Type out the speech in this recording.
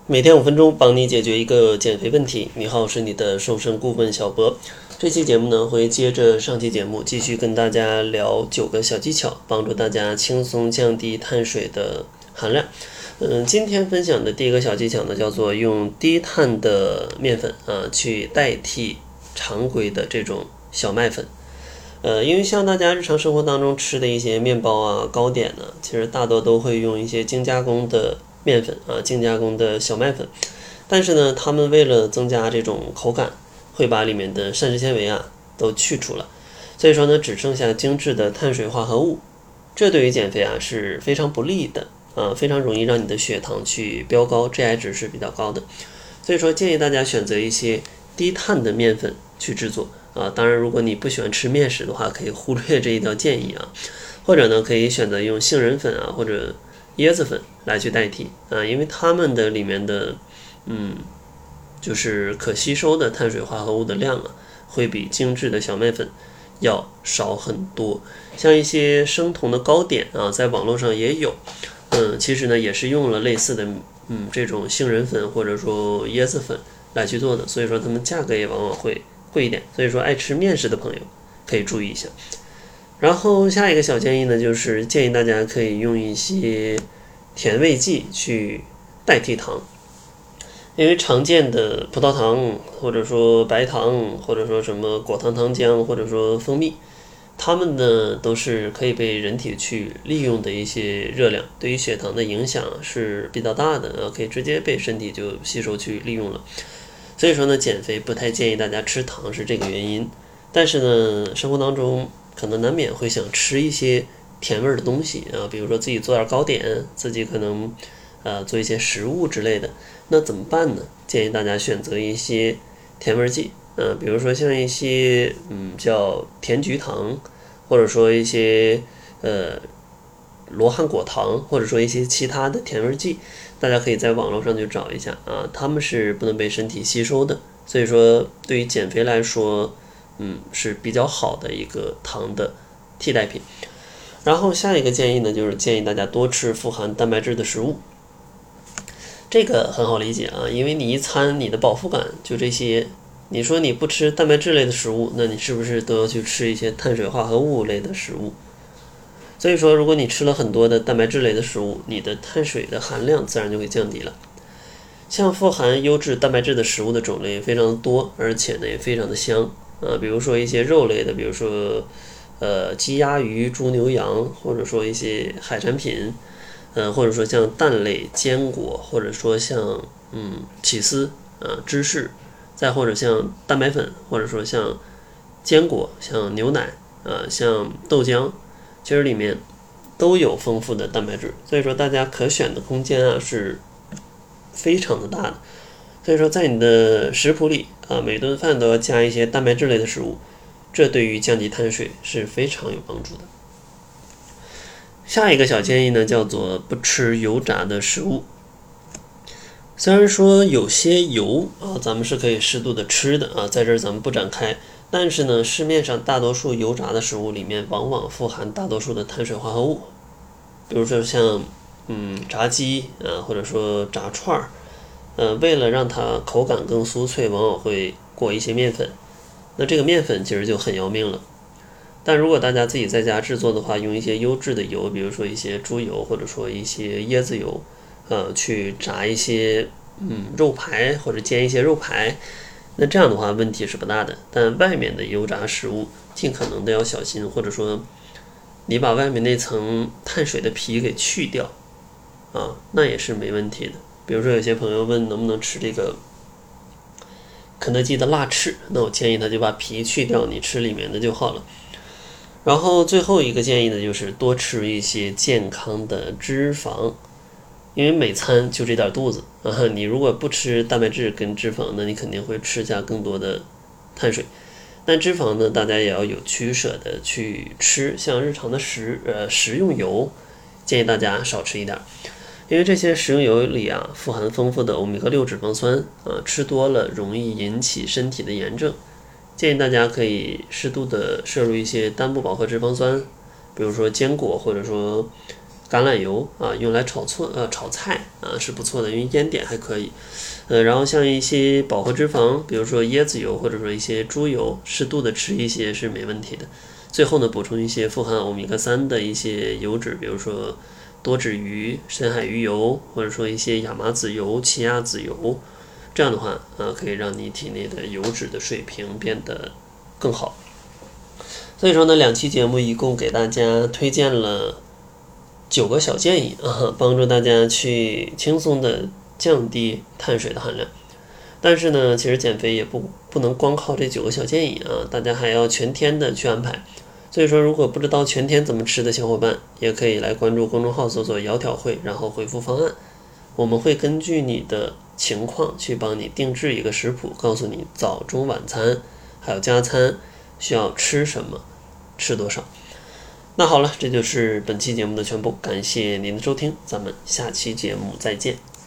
每天5分钟，帮你解决一个减肥问题。你好，我是你的瘦身顾问小博。这期节目呢，会接着上期节目继续跟大家聊9个小技巧，帮助大家轻松降低碳水的含量。今天分享的第一个小技巧呢，叫做用低碳的面粉去代替常规的这种小麦粉。因为像大家日常生活当中吃的一些面包啊、糕点呢，其实大多都会用一些精加工的面粉精加工的小麦粉，但是呢，他们为了增加这种口感，会把里面的膳食纤维都去除了，所以说呢，只剩下精致的碳水化合物，这对于减肥是非常不利的非常容易让你的血糖去飙高， GI 值是比较高的，所以说建议大家选择一些低碳的面粉去制作当然如果你不喜欢吃面食的话，可以忽略这一条建议或者呢，可以选择用杏仁粉或者椰子粉来去代替因为它们的里面的就是可吸收的碳水化合物的量会比精致的小麦粉要少很多。像一些生酮的糕点在网络上也有其实呢也是用了类似的这种杏仁粉或者说椰子粉来去做的，所以说它们价格也往往会贵一点，所以说爱吃面食的朋友可以注意一下。然后下一个小建议呢，就是建议大家可以用一些甜味剂去代替糖，因为常见的葡萄糖或者说白糖或者说什么果糖糖浆或者说蜂蜜，它们呢都是可以被人体去利用的一些热量，对于血糖的影响是比较大的可以直接被身体就吸收去利用了。所以说呢，减肥不太建议大家吃糖是这个原因。但是呢，生活当中可能难免会想吃一些甜味的东西比如说自己做点糕点，自己可能做一些食物之类的，那怎么办呢？建议大家选择一些甜味剂比如说像一些叫甜菊糖，或者说一些罗汉果糖，或者说一些其他的甜味剂，大家可以在网络上去找一下它们是不能被身体吸收的，所以说对于减肥来说是比较好的一个糖的替代品。然后下一个建议呢，就是建议大家多吃富含蛋白质的食物。这个很好理解因为你一餐你的饱腹感就这些，你说你不吃蛋白质类的食物，那你是不是都要去吃一些碳水化合物类的食物？所以说如果你吃了很多的蛋白质类的食物，你的碳水的含量自然就会降低了。像富含优质蛋白质的食物的种类非常多，而且呢也非常的香比如说一些肉类的，比如说鸡鸭鱼猪牛羊，或者说一些海产品或者说像蛋类坚果，或者说像起司芝士，再或者像蛋白粉，或者说像坚果，像牛奶像豆浆，其实里面都有丰富的蛋白质，所以说大家可选的空间是非常的大的。所以说在你的食谱里每顿饭都要加一些蛋白质类的食物，这对于降低碳水是非常有帮助的。下一个小建议呢，叫做不吃油炸的食物。虽然说有些油咱们是可以适度的吃的在这儿咱们不展开，但是呢，市面上大多数油炸的食物里面往往富含大多数的碳水化合物，比如说像炸鸡或者说炸串为了让它口感更酥脆，往往会裹一些面粉，那这个面粉其实就很要命了。但如果大家自己在家制作的话，用一些优质的油，比如说一些猪油或者说一些椰子油去炸一些肉排或者煎一些肉排，那这样的话问题是不大的。但外面的油炸食物尽可能的要小心，或者说你把外面那层碳水的皮给去掉那也是没问题的。比如说有些朋友问能不能吃这个肯德基的辣翅，那我建议他就把皮去掉，你吃里面的就好了。然后最后一个建议呢，就是多吃一些健康的脂肪，因为每餐就这点肚子你如果不吃蛋白质跟脂肪，那你肯定会吃下更多的碳水。但脂肪呢，大家也要有取舍的去吃，像日常的食用油，建议大家少吃一点，因为这些食用油里富含丰富的欧米伽6脂肪酸吃多了容易引起身体的炎症。建议大家可以适度的摄入一些单不饱和脂肪酸，比如说坚果或者说橄榄油啊，用来炒菜啊是不错的，因为烟点还可以。然后像一些饱和脂肪，比如说椰子油或者说一些猪油，适度的吃一些是没问题的。最后呢，补充一些富含欧米伽3的一些油脂，比如说多脂鱼、深海鱼油，或者说一些亚麻籽油、奇亚籽油，这样的话可以让你体内的油脂的水平变得更好。所以说呢，2期节目一共给大家推荐了9个小建议帮助大家去轻松的降低碳水的含量。但是呢，其实减肥也不能光靠这9个小建议大家还要全天的去安排。所以说，如果不知道全天怎么吃的小伙伴，也可以来关注公众号搜索窈窕会，然后回复方案，我们会根据你的情况去帮你定制一个食谱，告诉你早中晚餐还有加餐需要吃什么，吃多少。那好了，这就是本期节目的全部，感谢您的收听，咱们下期节目再见。